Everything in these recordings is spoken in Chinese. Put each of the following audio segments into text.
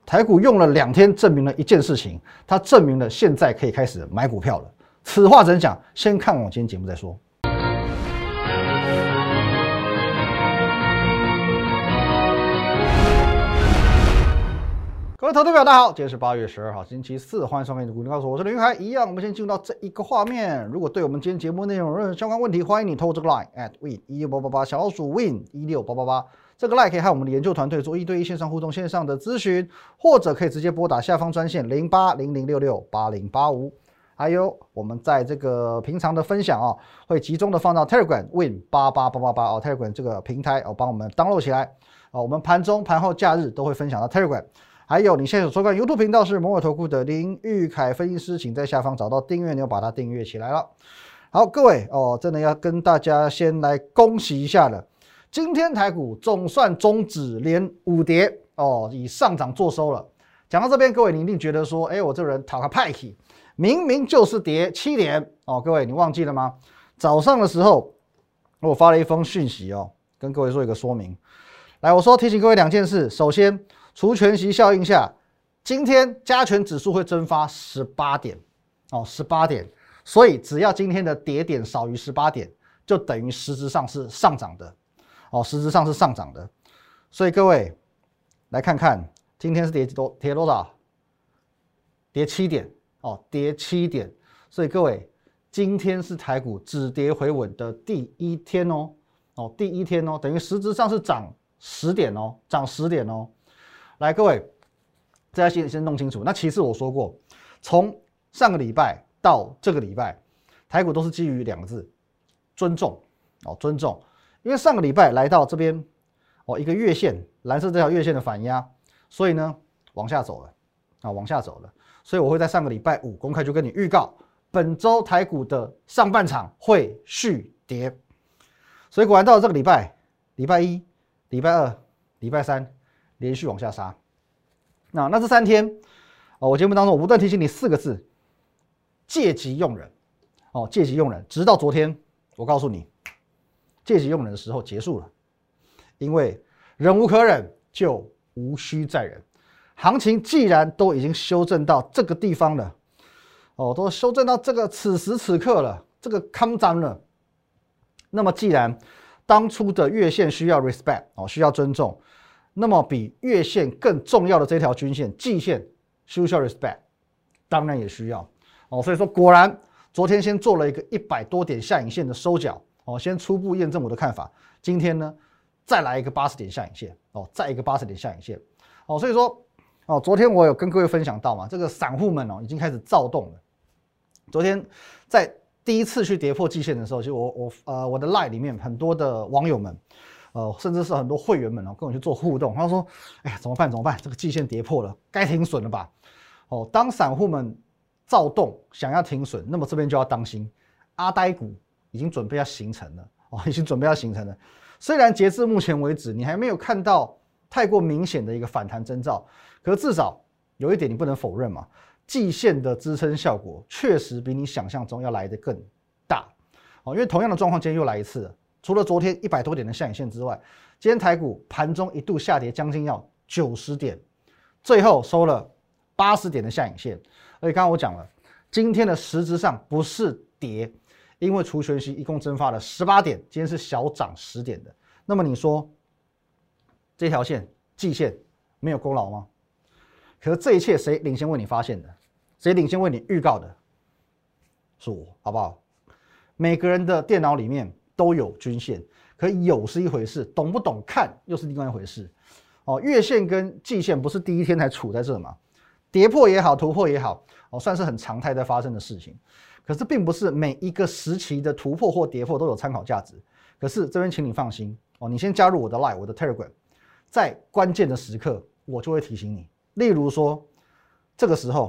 台股用了2天证明了一件事情，它证明了现在可以开始买股票了。此话怎讲？先看我今天节目再说。各位投资表，大家好，今天是8月12号，星期四，欢迎收看《股民告诉我是林云海》。一样，我们先进入到这一个画面。如果对我们今天节目内容有任何相关问题，欢迎你透过这个 line @win16888 小老鼠 win16888。这个 line 可以和我们的研究团队做1对1线上互动、线上的咨询，或者可以直接拨打下方专线0800668085。还有我们在这个平常的分享哦，会集中的放到 Telegram Win88888 哦 ，Telegram 这个平台哦，帮我们 download 起来哦。我们盘中、盘后、假日都会分享到 Telegram。还有你现在所收看 YouTube 频道是摩尔投顾的林玉凯分析师，请在下方找到订阅钮，把它订阅起来了。好，各位哦，真的要跟大家先来恭喜一下了。今天台股总算终止连5跌哦，以上涨作收了。讲到这边，各位你一定觉得说，我这人讨个派气，明明就是跌7点哦。各位你忘记了吗？早上的时候我发了一封讯息哦，跟各位做一个说明。来，我说提醒各位2件事，首先，除权息效应下，今天加权指数会蒸发18点哦，18点，所以只要今天的跌点少于18点，就等于实质上是上涨的哦，实质上是上涨的。所以各位来看看，今天是跌多少？跌7点哦，跌7点。所以各位，今天是台股止跌回稳的第1天哦，第1天哦，等于实质上是涨10点哦，涨10点哦。来，各位，大家先弄清楚。那其次我说过，从上个礼拜到这个礼拜，台股都是基于2个字：尊重哦，尊重。因为上个礼拜来到这边哦，一个月线，蓝色这条月线的反压，所以呢往下走了啊，往下走了。所以我会在上个礼拜5公开就跟你预告，本周台股的上半场会续跌。所以果然到了这个礼拜，礼拜1、礼拜2、礼拜3。连续往下杀，那这3天，我节目当中我不断提醒你4个字：戒急用忍。哦，戒急用忍，直到昨天，我告诉你，戒急用忍的时候结束了，因为忍无可忍，就无需再忍。行情既然都已经修正到这个地方了，哦，都修正到这个此时此刻了，这个康张了，那么既然当初的月线需要 respect 哦，需要尊重。那么比月线更重要的这条均线季线需不需要 respect？ 当然也需要哦。所以说果然昨天先做了一个100多点下影线的收脚哦，先初步验证我的看法。今天呢再来一个80点下影线哦，再一个80点下影线哦。所以说哦，昨天我有跟各位分享到嘛，这个散户们哦已经开始躁动了。昨天在第一次去跌破季线的时候，其实我的 line 里面很多的网友们。甚至是很多会员们跟我去做互动，他说：“哎呀，怎么办？怎么办？这个季线跌破了，该停损了吧？”哦，当散户们躁动想要停损，那么这边就要当心，阿呆股已经准备要形成了哦，已经准备要形成了。虽然截至目前为止，你还没有看到太过明显的一个反弹征兆，可是至少有一点你不能否认嘛，季线的支撑效果确实比你想象中要来得更大哦，因为同样的状况今天又来一次了。除了昨天100多点的下影线之外，今天台股盘中一度下跌将近要90点，最后收了80点的下影线。而且刚刚我讲了，今天的实质上不是跌，因为除权息一共蒸发了18点，今天是小涨10点的。那么你说这条线季线没有功劳吗？可是这一切谁领先为你发现的？谁领先为你预告的？是我，好不好？每个人的电脑里面都有均线，可有是一回事，懂不懂看又是另外一回事。哦，月线跟季线不是第1天才处在这嘛？跌破也好，突破也好，哦，算是很常态在发生的事情。可是并不是每一个时期的突破或跌破都有参考价值。可是这边请你放心哦，你先加入我的 Line， 我的 Telegram， 在关键的时刻我就会提醒你。例如说，这个时候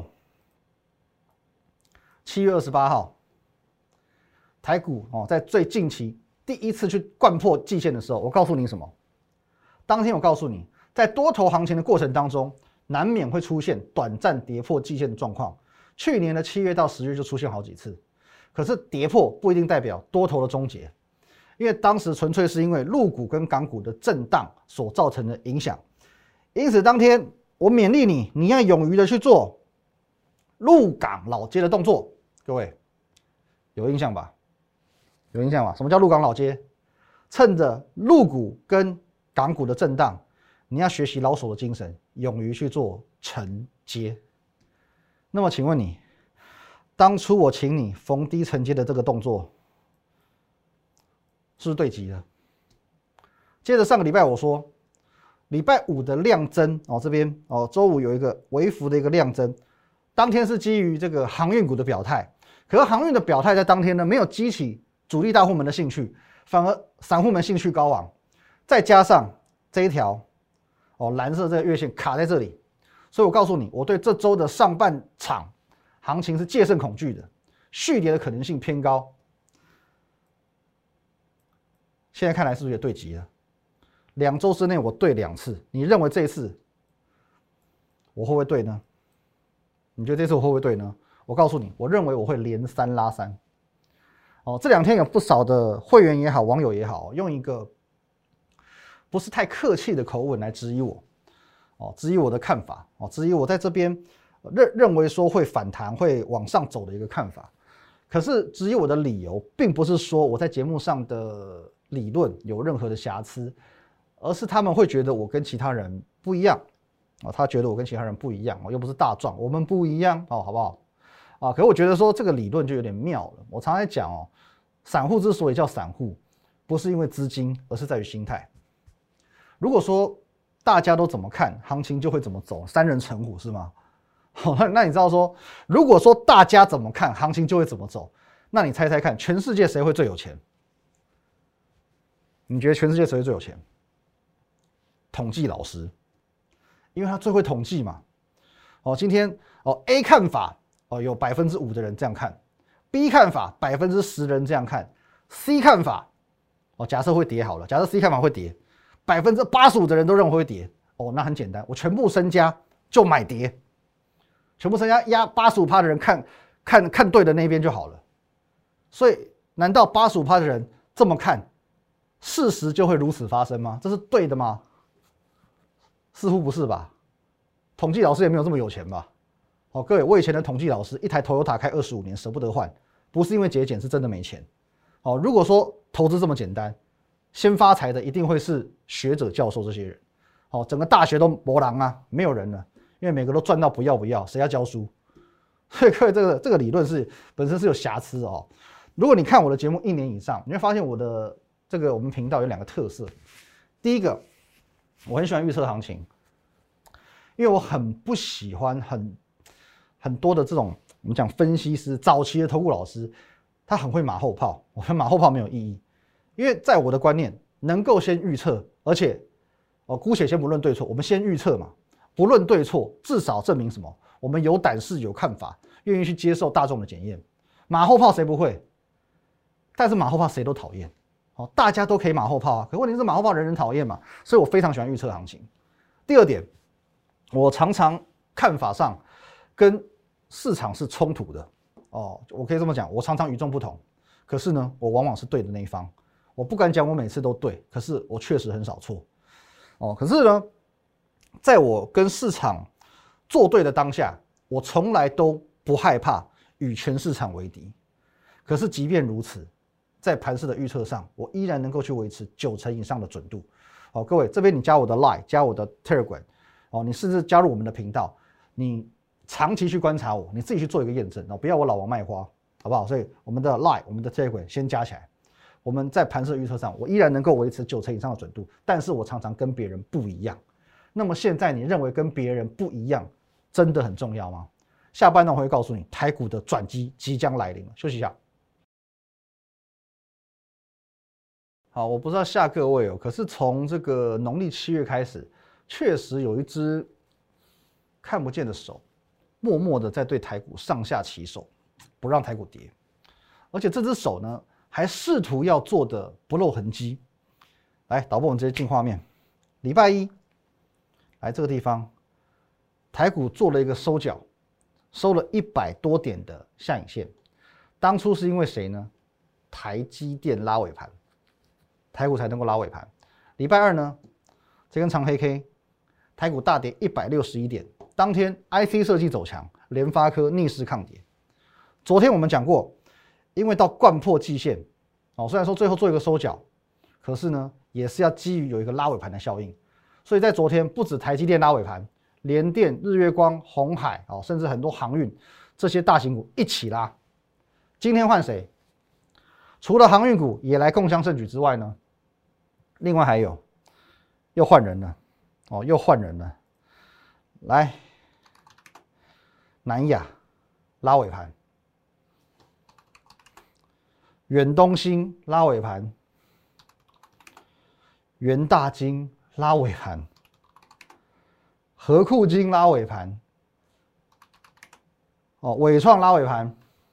7月28号。台股哦，在最近期第一次去掼破季线的时候，我告诉你什么？当天我告诉你，在多头行情的过程当中，难免会出现短暂跌破季线的状况。去年的7月到10月就出现好几次，可是跌破不一定代表多头的终结，因为当时纯粹是因为陆股跟港股的震荡所造成的影响。因此当天我勉励你，你要勇于的去做陆港老街的动作。各位有印象吧？有印象吧？什么叫陆港老街？趁着陆股跟港股的震荡，你要学习老手的精神，勇于去做承接。那么请问你，当初我请你逢低承接的这个动作，是不是对极了？接着上个礼拜我说，礼拜五的量增哦，这边哦，周五有一个微幅的一个量增，当天是基于这个航运股的表态，可是航运的表态在当天呢，没有激起主力大户们的兴趣，反而散户们兴趣高昂，再加上这一条哦蓝色这个月线卡在这里，所以我告诉你，我对这周的上半场行情是戒慎恐惧的，续跌的可能性偏高。现在看来是不是也对极了？2周之内我对2次，你认为这一次我会不会对呢？你觉得这次我会不会对呢？我告诉你，我认为我会连3拉3。哦，这2天有不少的会员也好，网友也好，用一个不是太客气的口吻来质疑我，哦，质疑我的看法，哦，质疑我在这边认为说会反弹、会往上走的一个看法。可是质疑我的理由，并不是说我在节目上的理论有任何的瑕疵，而是他们会觉得我跟其他人不一样，哦，他觉得我跟其他人不一样，哦，又不是大壮，我们不一样，哦，好不好？啊，可是我觉得说这个理论就有点妙了。我常常讲哦，散户之所以叫散户，不是因为资金，而是在于心态。如果说大家都怎么看，行情就会怎么走，3人成虎是吗？那你知道说，如果说大家怎么看，行情就会怎么走，那你猜猜看，全世界谁会最有钱？你觉得全世界谁会最有钱？统计老师，因为他最会统计嘛。哦，今天哦 A 看法哦有5%的人这样看 ，B 看法10%人这样看 ，C 看法哦假设会跌好了，假设 C 看法会跌，85%的人都认为会跌，哦那很简单，我全部身家就买跌。全部身家压85%的人看对的那边就好了，所以难道85%的人这么看，事实就会如此发生吗？这是对的吗？似乎不是吧？统计老师也没有这么有钱吧？哦，各位，我以前的统计老师一台 Toyota 开25年舍不得换，不是因为节俭，是真的没钱。哦，如果说投资这么简单，先发财的一定会是学者、教授这些人。哦，整个大学都没人啊，没有人了。因为每个都赚到不要，谁要教书？所以各位，这个理论是本身是有瑕疵哦。如果你看我的节目1年以上，你会发现我的我们频道有2个特色。第一个，我很喜欢预测行情，因为我很不喜欢很多的这种我们讲分析师，早期的投顾老师，他很会马后炮。我觉得马后炮没有意义，因为在我的观念，能够先预测，而且姑且先不论对错，我们先预测嘛。不论对错，至少证明什么？我们有胆识、有看法，愿意去接受大众的检验。马后炮谁不会？但是马后炮谁都讨厌。哦，大家都可以马后炮啊，可问题是马后炮人人讨厌嘛，所以我非常喜欢预测行情。第二点，我常常看法上跟市场是冲突的。哦，我可以这么讲，我常常与众不同。可是呢，我往往是对的那一方。我不敢讲我每次都对，可是我确实很少错。哦，可是呢，在我跟市场作对的当下，我从来都不害怕与全市场为敌。可是即便如此，在盘势的预测上，我依然能够去维持90%以上的准度。好，各位这边你加我的 Line， 加我的 Telegram， 哦，你甚至加入我们的频道，你长期去观察我，你自己去做一个验证，不要我老王卖花，好不好？所以我们的 Line， 我们的 Telegram 先加起来。我们在盘势预测上，我依然能够维持90%以上的准度，但是我常常跟别人不一样。那么现在你认为跟别人不一样真的很重要吗？下半段我会告诉你，台股的转机即将来临了。休息一下。好，我不知道吓各位哦，可是从这个农历7月开始，确实有一只看不见的手，默默的在对台股上下其手，不让台股跌。而且这只手呢，还试图要做的不露痕迹。来，导播，我们直接进画面。礼拜一。来这个地方，台股做了一个收脚，收了100多点的下影线。当初是因为谁呢？台积电拉尾盘，台股才能够拉尾盘。礼拜二呢，这根长黑 K 台股大跌161点，当天 IC 设计走强，联发科逆势抗跌。昨天我们讲过，因为到掼破季线，虽然说最后做一个收脚，可是呢，也是要基于有一个拉尾盘的效应，所以在昨天不止台积电拉尾盘，联电、日月光、鸿海甚至很多航运这些大型股一起拉。今天换谁？除了航运股也来共襄盛举之外呢，另外还有又换人了，又换人了。来，南亚拉尾盘，远东新拉尾盘，元大金拉尾盘，和库金拉尾盘，伟创拉尾盘，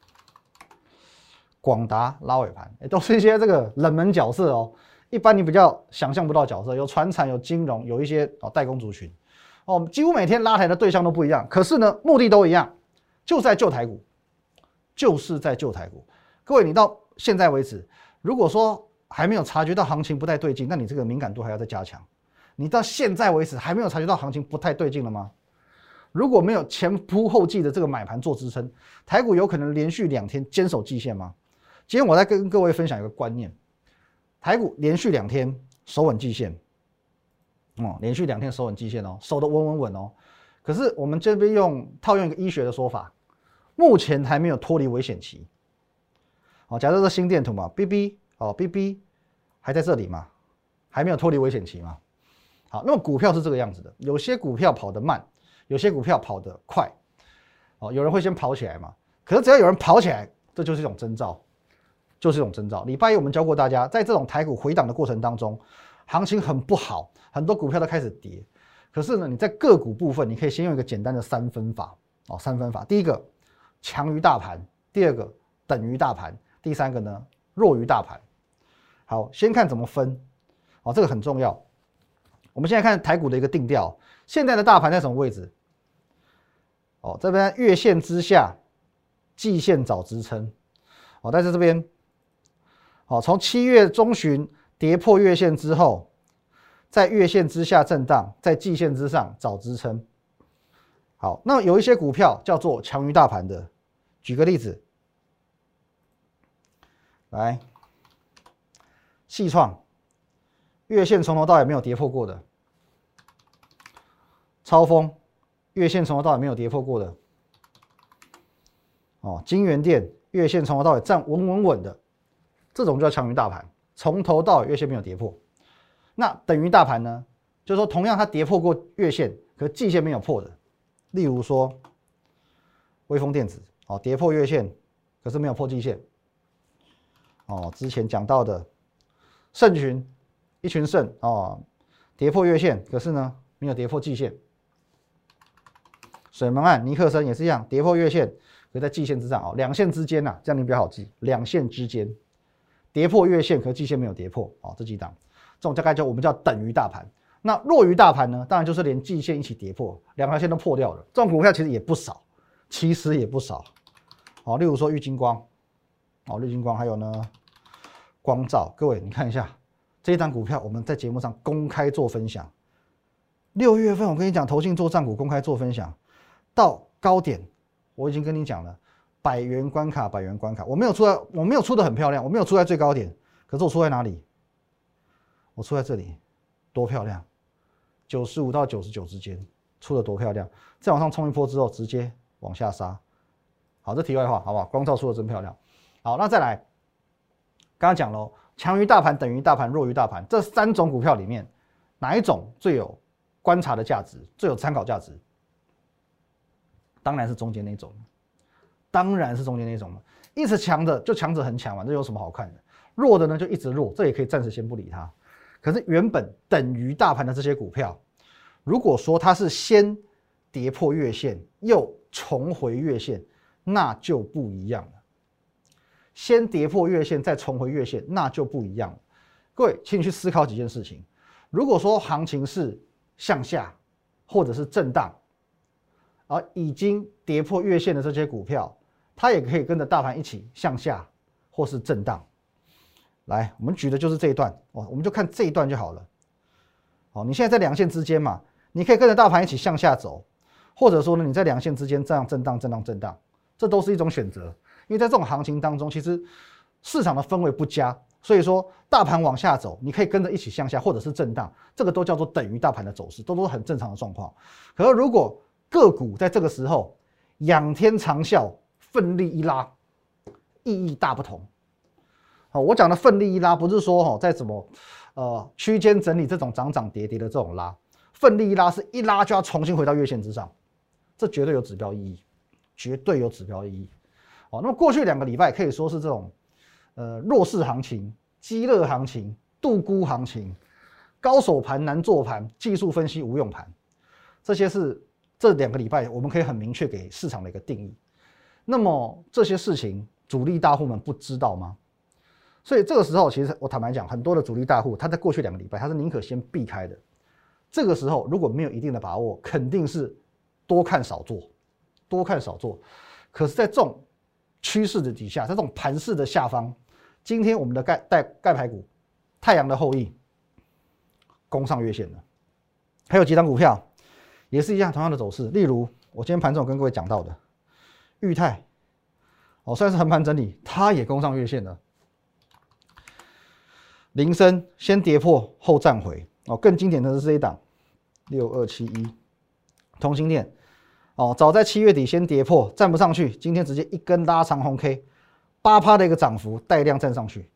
广达拉尾盘，都是一些这个冷门角色哦。一般你比较想象不到角色，有传产、有金融、有一些代工族群，几乎每天拉抬的对象都不一样，可是呢，目的都一样，就是在救台股，就是在救台股。各位，你到现在为止，如果说还没有察觉到行情不太对劲，那你这个敏感度还要再加强。你到现在为止还没有察觉到行情不太对劲了吗？如果没有前仆后继的这个买盘做支撑，台股有可能连续2天坚守季线吗？今天我再跟各位分享一个观念，台股连续2天守稳季线，连续2天守稳季线守得稳稳稳哦。可是我们这边套用一个医学的说法，目前还没有脱离危险期。假设是心电图嘛 ，BB 还在这里嘛，还没有脱离危险期嘛。好，那么股票是这个样子的，有些股票跑得慢，有些股票跑得快。有人会先跑起来嘛，可是只要有人跑起来，这就是一种征兆。就是一种征兆。礼拜一我们教过大家，在这种台股回档的过程当中，行情很不好，很多股票都开始跌。可是呢，你在个股部分，你可以先用一个简单的3分法3分法。第一个强于大盘，第二个等于大盘，第三个呢弱于大盘。好，先看怎么分，这个很重要。我们现在看台股的一个定调，现在的大盘在什么位置？这边月线之下，季线找支撑。但是这边。从7月中旬跌破月线之后，在月线之下震荡，在季线之上找支撑。好，那有一些股票叫做强于大盘的，举个例子，来，矽创，月线从头到尾没有跌破过的；超丰，月线从头到尾没有跌破过的；金元店，月线从头到尾站稳稳稳的。这种就叫强于大盘，从头到尾月线没有跌破。那等于大盘呢？就是说同样它跌破过月线，可季线没有破的。例如说，微风电子跌破月线，可是没有破季线。之前讲到的盛群，一群盛跌破月线，可是呢没有跌破季线。水门案、尼克森也是一样，跌破月线，可是在季线之上2线之间这样你比较好记，2线之间。跌破月线，可季线没有跌破，这几档，这种大概我们叫等于大盘。那弱于大盘呢？当然就是连季线一起跌破，2条线都破掉了。这种股票其实也不少，例如说玉晶光，玉晶光还有呢光罩，各位你看一下这一档股票，我们在节目上公开做分享。6月份我跟你讲，投信做战股公开做分享，到高点我已经跟你讲了。100元关卡，我没有出的很漂亮，我没有出在最高点，可是我出在哪里？我出在这里，多漂亮！95到99之间，出的多漂亮！再往上冲一波之后，直接往下杀。好，这题外话，好不好？光照出的真漂亮。好，那再来，刚刚讲了，强于大盘、等于大盘、弱于大盘这3种股票里面，哪一种最有观察的价值、最有参考价值？当然是中间那种。一直强的就强者很强嘛，这有什么好看的？弱的呢就一直弱，这也可以暂时先不理它。可是原本等于大盘的这些股票，如果说它是先跌破月线又重回月线，那就不一样了。先跌破月线再重回月线，那就不一样了。各位，请你去思考几件事情。如果说行情是向下或者是震荡，而已经跌破月线的这些股票，它也可以跟着大盘一起向下或是震荡。来，我们举的就是这一段，我们就看这一段就好了。你现在在2线之间嘛， 你可以跟着大盘一起向下走，或者说呢，你在两线之间这样震荡，这都是一种选择。因为在这种行情当中，其实市场的氛围不佳，所以说大盘往下走，你可以跟着一起向下，或者是震荡，这个都叫做等于大盘的走势，都是很正常的状况。可是如果个股在这个时候仰天长啸，奋力一拉，意义大不同。我讲的奋力一拉，不是说在什么区间整理这种涨涨跌跌的这种拉，奋力一拉是一拉就要重新回到月线之上，这绝对有指标意义，绝对有指标意义。那么过去2个礼拜可以说是这种弱势行情、激热行情、度估行情、高手盘、难做盘、技术分析无用盘，这些是这2个礼拜我们可以很明确给市场的一个定义。那么这些事情主力大户们不知道吗？所以这个时候，其实我坦白讲，很多的主力大户他在过去2个礼拜他是宁可先避开的。这个时候如果没有一定的把握，肯定是多看少做，多看少做。可是，在这种趋势的底下，在这种盘势的下方，今天我们的盖牌股太阳的后裔攻上月线了，还有几档股票也是一样同样的走势。例如我今天盘中跟各位讲到的裕泰，虽然是横盘整理，它也攻上月线了。林森先跌破后站回，更经典的是这一档6271同心电，早在7月底先跌破，站不上去，今天直接一根拉长红 K，8% 的一个涨幅，带量站上去。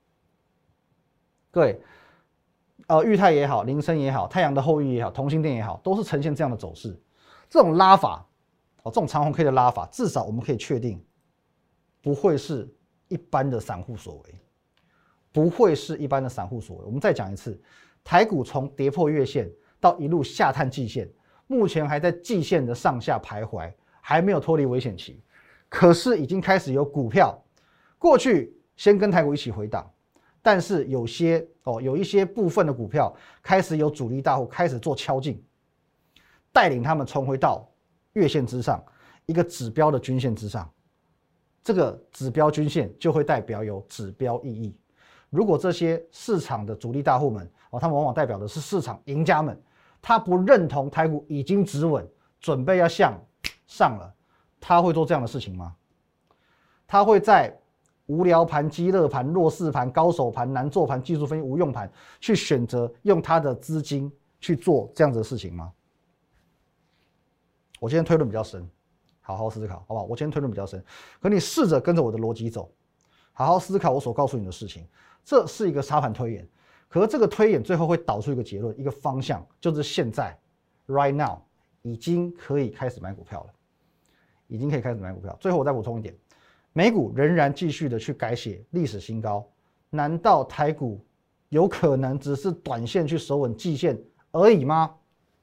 各位，裕泰也好，林森也好，太阳的后裔也好，同心电也好，都是呈现这样的走势。这种拉法，这种长红 K 的拉法，至少我们可以确定，不会是一般的散户所为，不会是一般的散户所为。我们再讲一次，台股从跌破月线到一路下探季线，目前还在季线的上下徘徊，还没有脱离危险期。可是已经开始有股票，过去先跟台股一起回档，但是有一些部分的股票开始有主力大户开始做敲进，带领他们重回到月线之上，一个指标的均线之上。这个指标均线就会代表有指标意义。如果这些市场的主力大户们，他们往往代表的是市场赢家们，他不认同台股已经止稳，准备要向上了，他会做这样的事情吗？他会在无聊盘、激热盘、弱势盘、高手盘、难做盘、技术分析无用盘去选择用他的资金去做这样子的事情吗？我今天推论比较深，好好思考，好不好？我今天推论比较深，可你试着跟着我的逻辑走，好好思考我所告诉你的事情。这是一个沙盘推演，可是这个推演最后会导出一个结论，一个方向，就是现在 right now 已经可以开始买股票了，已经可以开始买股票。最后我再补充一点，美股仍然继续的去改写历史新高，难道台股有可能只是短线去守稳季线而已吗？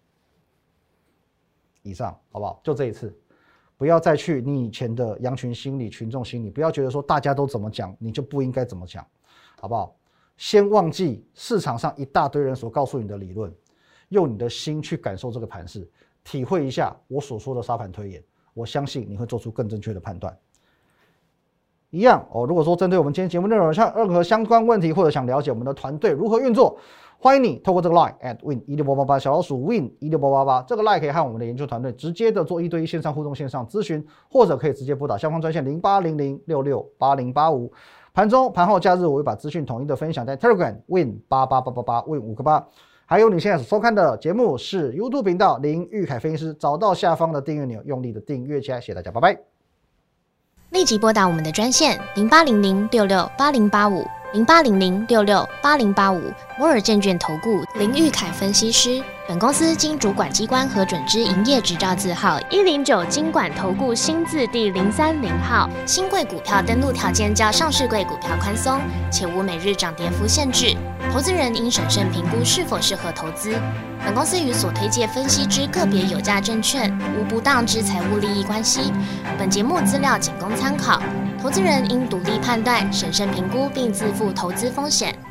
以上好不好？就这一次，不要再去你以前的羊群心理、群众心理，不要觉得说大家都怎么讲，你就不应该怎么讲，好不好？先忘记市场上一大堆人所告诉你的理论，用你的心去感受这个盘势，体会一下我所说的沙盘推演，我相信你会做出更正确的判断。一样如果说针对我们今天节目内容有任何相关问题，或者想了解我们的团队如何运作，欢迎你透过这个 line @win16888 小老鼠 win16888 这个 line 可以和我们的研究团队直接的做1对1线上互动、线上咨询，或者可以直接拨打下方专线0800668085。盘中、盘后、假日，我会把资讯统一的分享在 Telegram win88888 win 5个8。还有你现在所收看的节目是 YouTube 频道林玉凯分析师，找到下方的订阅钮，用力的订阅起来，谢谢大家，拜拜。 立即拨打我们的专线0800668085 0800668085摩尔证券投顾林玉凯分析师。本公司经主管机关核准之营业执照字号109金管投顾新字第030号。新贵股票登录条件较上市贵股票宽松，且无每日涨跌幅限制。投资人应审慎评估是否适合投资。本公司与所推介分析之个别有价证券无不当之财务利益关系。本节目资料仅供参考，投资人应独立判断、审慎评估并自负投资风险。